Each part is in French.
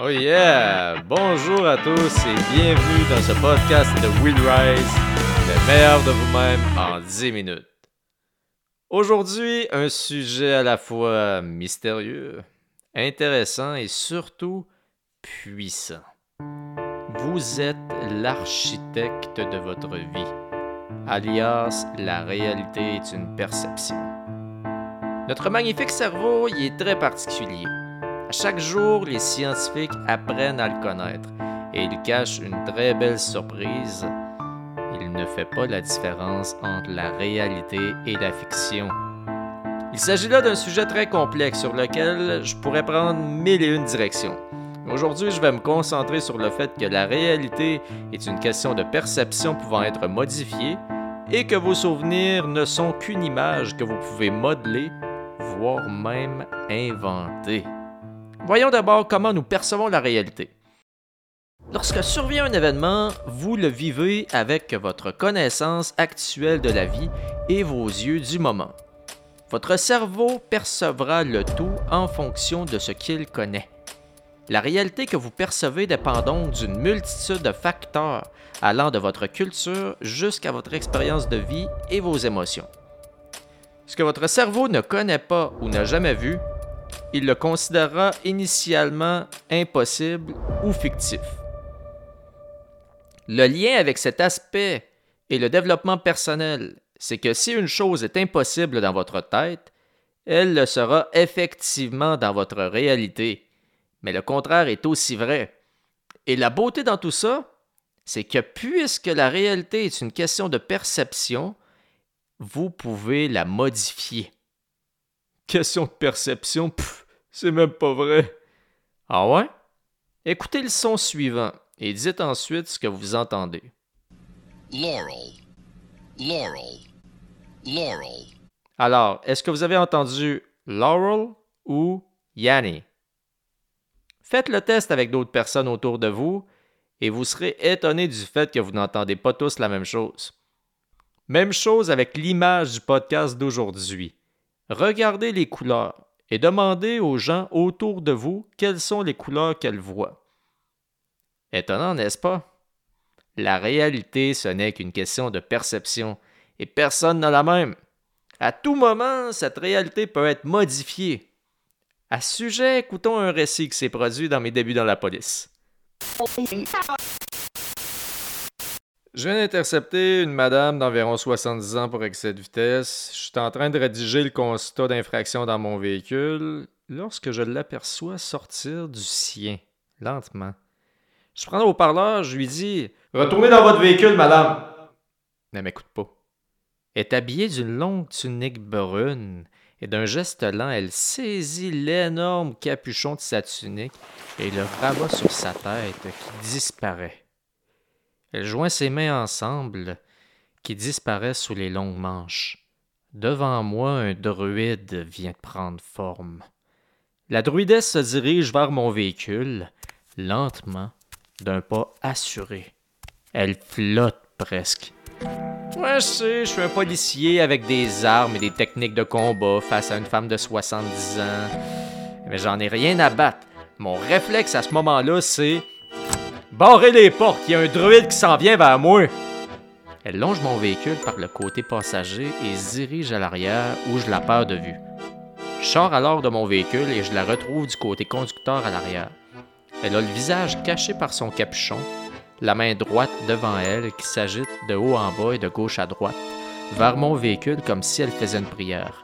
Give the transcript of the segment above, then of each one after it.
Oh yeah! Bonjour à tous et bienvenue dans ce podcast de Will Rise, le meilleur de vous-même en 10 minutes. Aujourd'hui, un sujet à la fois mystérieux, intéressant et surtout puissant. Vous êtes l'architecte de votre vie, alias la réalité est une perception. Notre magnifique cerveau y est très particulier. À chaque jour, les scientifiques apprennent à le connaître et il cache une très belle surprise. Il ne fait pas la différence entre la réalité et la fiction. Il s'agit là d'un sujet très complexe sur lequel je pourrais prendre 1001 directions. Aujourd'hui, je vais me concentrer sur le fait que la réalité est une question de perception pouvant être modifiée et que vos souvenirs ne sont qu'une image que vous pouvez modeler, voire même inventer. Voyons d'abord comment nous percevons la réalité. Lorsque survient un événement, vous le vivez avec votre connaissance actuelle de la vie et vos yeux du moment. Votre cerveau percevra le tout en fonction de ce qu'il connaît. La réalité que vous percevez dépend donc d'une multitude de facteurs allant de votre culture jusqu'à votre expérience de vie et vos émotions. Ce que votre cerveau ne connaît pas ou n'a jamais vu, il le considérera initialement impossible ou fictif. Le lien avec cet aspect et le développement personnel, c'est que si une chose est impossible dans votre tête, elle le sera effectivement dans votre réalité. Mais le contraire est aussi vrai. Et la beauté dans tout ça, c'est que puisque la réalité est une question de perception, vous pouvez la modifier. Question de perception, c'est même pas vrai. Ah ouais? Écoutez le son suivant et dites ensuite ce que vous entendez. Laurel, Laurel, Laurel. Alors, est-ce que vous avez entendu Laurel ou Yanni? Faites le test avec d'autres personnes autour de vous et vous serez étonné du fait que vous n'entendez pas tous la même chose. Même chose avec l'image du podcast d'aujourd'hui. Regardez les couleurs et demandez aux gens autour de vous quelles sont les couleurs qu'elles voient. Étonnant, n'est-ce pas? La réalité, ce n'est qu'une question de perception et personne n'a la même. À tout moment, cette réalité peut être modifiée. À ce sujet, écoutons un récit qui s'est produit dans mes débuts dans la police. Je viens d'intercepter une madame d'environ 70 ans pour excès de vitesse. Je suis en train de rédiger le constat d'infraction dans mon véhicule lorsque je l'aperçois sortir du sien, lentement. Je prends le haut-parleur, je lui dis « Retournez dans votre véhicule, madame! » Elle ne m'écoute pas. Elle est habillée d'une longue tunique brune et d'un geste lent, elle saisit l'énorme capuchon de sa tunique et le rabat sur sa tête qui disparaît. Elle joint ses mains ensemble, qui disparaissent sous les longues manches. Devant moi, un druide vient de prendre forme. La druidesse se dirige vers mon véhicule, lentement, d'un pas assuré. Elle flotte presque. Ouais, je sais, je suis un policier avec des armes et des techniques de combat face à une femme de 70 ans. Mais j'en ai rien à battre. Mon réflexe à ce moment-là, c'est... Barrez les portes, il y a un druide qui s'en vient vers moi. Elle longe mon véhicule par le côté passager et se dirige à l'arrière où je la perds de vue. Je sors alors de mon véhicule et je la retrouve du côté conducteur à l'arrière. Elle a le visage caché par son capuchon, la main droite devant elle qui s'agite de haut en bas et de gauche à droite, vers mon véhicule comme si elle faisait une prière.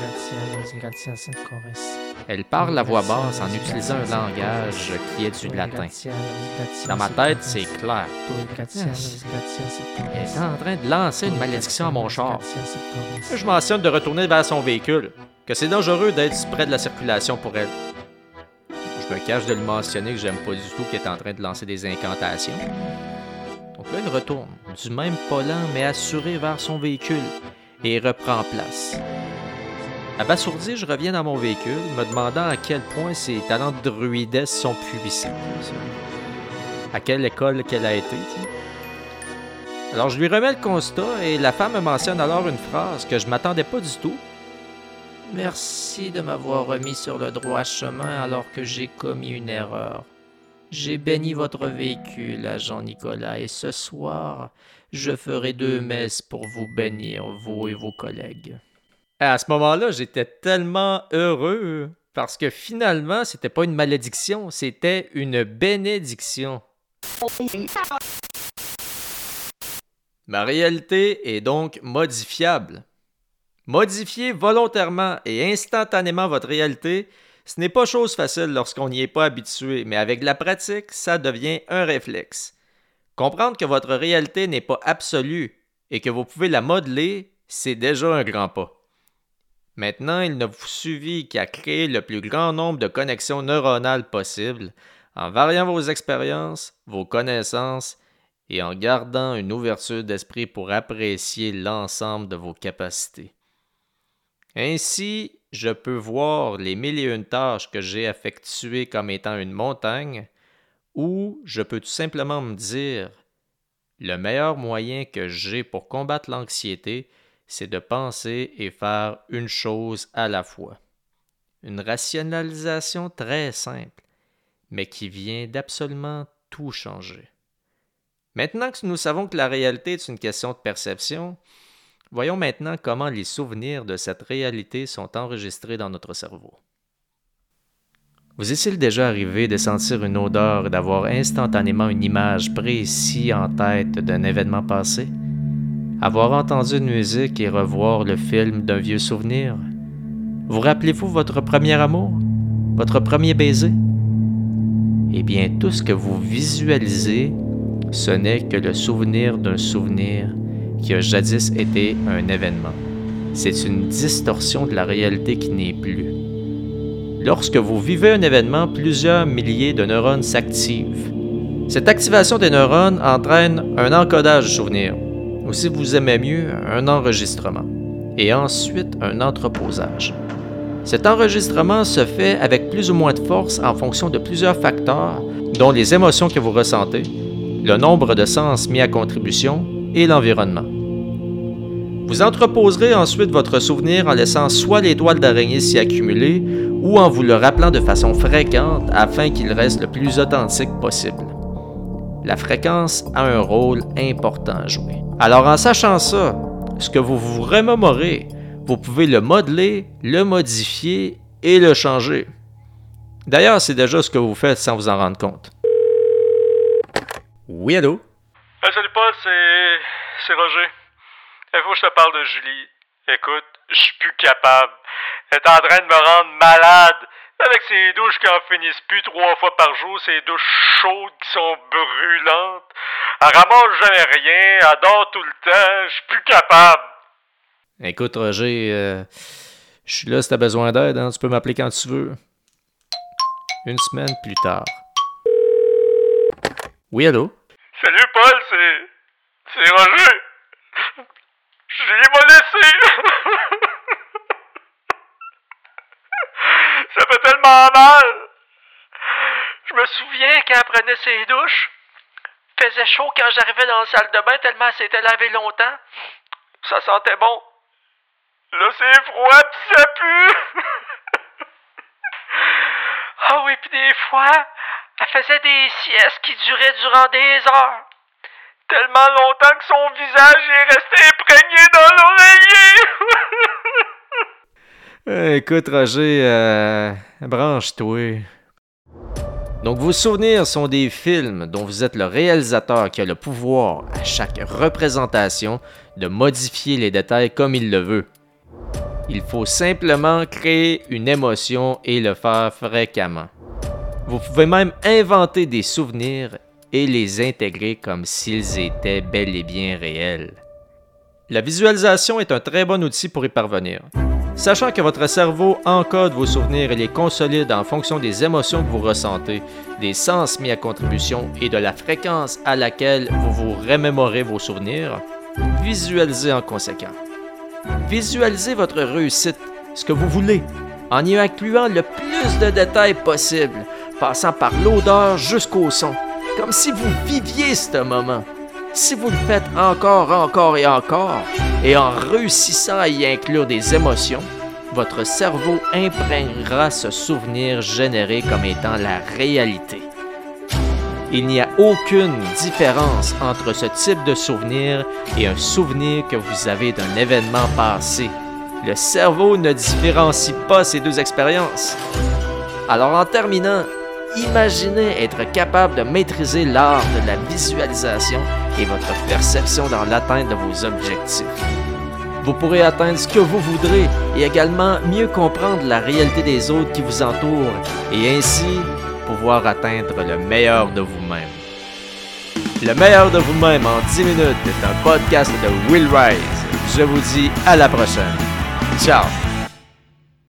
Elle parle à voix basse en utilisant un langage qui est du latin. Dans ma tête, c'est clair. Elle est en train de lancer une malédiction à mon char. Je mentionne de retourner vers son véhicule, que c'est dangereux d'être près de la circulation pour elle. Je me cache de lui mentionner que j'aime pas du tout qu'elle est en train de lancer des incantations. Donc là, il retourne, du même pas lent mais assuré vers son véhicule, et reprend place. Abasourdi, je reviens dans mon véhicule, me demandant à quel point ses talents de druidesse sont puissants. À quelle école qu'elle a été, t'sais. Alors je lui remets le constat et la femme me mentionne alors une phrase que je m'attendais pas du tout. « Merci de m'avoir remis sur le droit chemin alors que j'ai commis une erreur. J'ai béni votre véhicule, agent Nicolas, et ce soir, je ferai 2 messes pour vous bénir, vous et vos collègues. À ce moment-là, j'étais tellement heureux parce que finalement, c'était pas une malédiction, c'était une bénédiction. Ma réalité est donc modifiable. Modifier volontairement et instantanément votre réalité, ce n'est pas chose facile lorsqu'on n'y est pas habitué, mais avec la pratique, ça devient un réflexe. Comprendre que votre réalité n'est pas absolue et que vous pouvez la modeler, c'est déjà un grand pas. Maintenant, il ne vous suffit qu'à créer le plus grand nombre de connexions neuronales possibles en variant vos expériences, vos connaissances et en gardant une ouverture d'esprit pour apprécier l'ensemble de vos capacités. Ainsi, je peux voir les 1001 tâches que j'ai effectuées comme étant une montagne, ou je peux tout simplement me dire « Le meilleur moyen que j'ai pour combattre l'anxiété, c'est de penser et faire une chose à la fois. » Une rationalisation très simple, mais qui vient d'absolument tout changer. Maintenant que nous savons que la réalité est une question de perception, voyons maintenant comment les souvenirs de cette réalité sont enregistrés dans notre cerveau. Vous est-il déjà arrivé de sentir une odeur et d'avoir instantanément une image précise en tête d'un événement passé? Avoir entendu une musique et revoir le film d'un vieux souvenir? Vous rappelez-vous votre premier amour? Votre premier baiser? Eh bien, tout ce que vous visualisez, ce n'est que le souvenir d'un souvenir qui a jadis été un événement. C'est une distorsion de la réalité qui n'est plus. Lorsque vous vivez un événement, plusieurs milliers de neurones s'activent. Cette activation des neurones entraîne un encodage du souvenir, ou si vous aimez mieux, un enregistrement, et ensuite un entreposage. Cet enregistrement se fait avec plus ou moins de force en fonction de plusieurs facteurs, dont les émotions que vous ressentez, le nombre de sens mis à contribution et l'environnement. Vous entreposerez ensuite votre souvenir en laissant soit les toiles d'araignée s'y accumuler ou en vous le rappelant de façon fréquente afin qu'il reste le plus authentique possible. La fréquence a un rôle important à jouer. Alors en sachant ça, ce que vous vous remémorez, vous pouvez le modeler, le modifier et le changer. D'ailleurs, c'est déjà ce que vous faites sans vous en rendre compte. Oui, allô? Salut Paul, c'est Roger. Il faut que je te parle de Julie. Écoute, je suis plus capable. Elle est en train de me rendre malade. Avec ses douches qui en finissent plus 3 fois par jour, ces douches chaudes qui sont brûlantes. Elle ramasse jamais rien, elle dort tout le temps, je suis plus capable. Écoute, Roger, je suis là si t'as besoin d'aide, hein? Tu peux m'appeler quand tu veux. Une semaine plus tard. Oui, allô? Salut Paul, c'est Roger. Julie m'a laissé. Ça fait tellement mal. Je me souviens qu'elle prenait ses douches. Il faisait chaud quand j'arrivais dans la salle de bain tellement elle s'était lavée longtemps. Ça sentait bon. Là, c'est froid pis ça pue. Ah oui, puis des fois, elle faisait des siestes qui duraient durant des heures. Tellement longtemps que son visage est resté imprégné dans l'oreiller. Écoute, Roger, branche-toi. Donc, vos souvenirs sont des films dont vous êtes le réalisateur qui a le pouvoir, à chaque représentation, de modifier les détails comme il le veut. Il faut simplement créer une émotion et le faire fréquemment. Vous pouvez même inventer des souvenirs et les intégrer comme s'ils étaient bel et bien réels. La visualisation est un très bon outil pour y parvenir. Sachant que votre cerveau encode vos souvenirs et les consolide en fonction des émotions que vous ressentez, des sens mis à contribution et de la fréquence à laquelle vous vous remémorez vos souvenirs, visualisez en conséquence. Visualisez votre réussite, ce que vous voulez, en y incluant le plus de détails possible, passant par l'odeur jusqu'au son, comme si vous viviez ce moment. Si vous le faites encore et en réussissant à y inclure des émotions, votre cerveau imprégnera ce souvenir généré comme étant la réalité. Il n'y a aucune différence entre ce type de souvenir et un souvenir que vous avez d'un événement passé. Le cerveau ne différencie pas ces deux expériences. Alors en terminant, imaginez être capable de maîtriser l'art de la visualisation et votre perception dans l'atteinte de vos objectifs. Vous pourrez atteindre ce que vous voudrez et également mieux comprendre la réalité des autres qui vous entourent et ainsi pouvoir atteindre le meilleur de vous-même. Le meilleur de vous-même en 10 minutes est un podcast de Will Rise. Je vous dis à la prochaine. Ciao!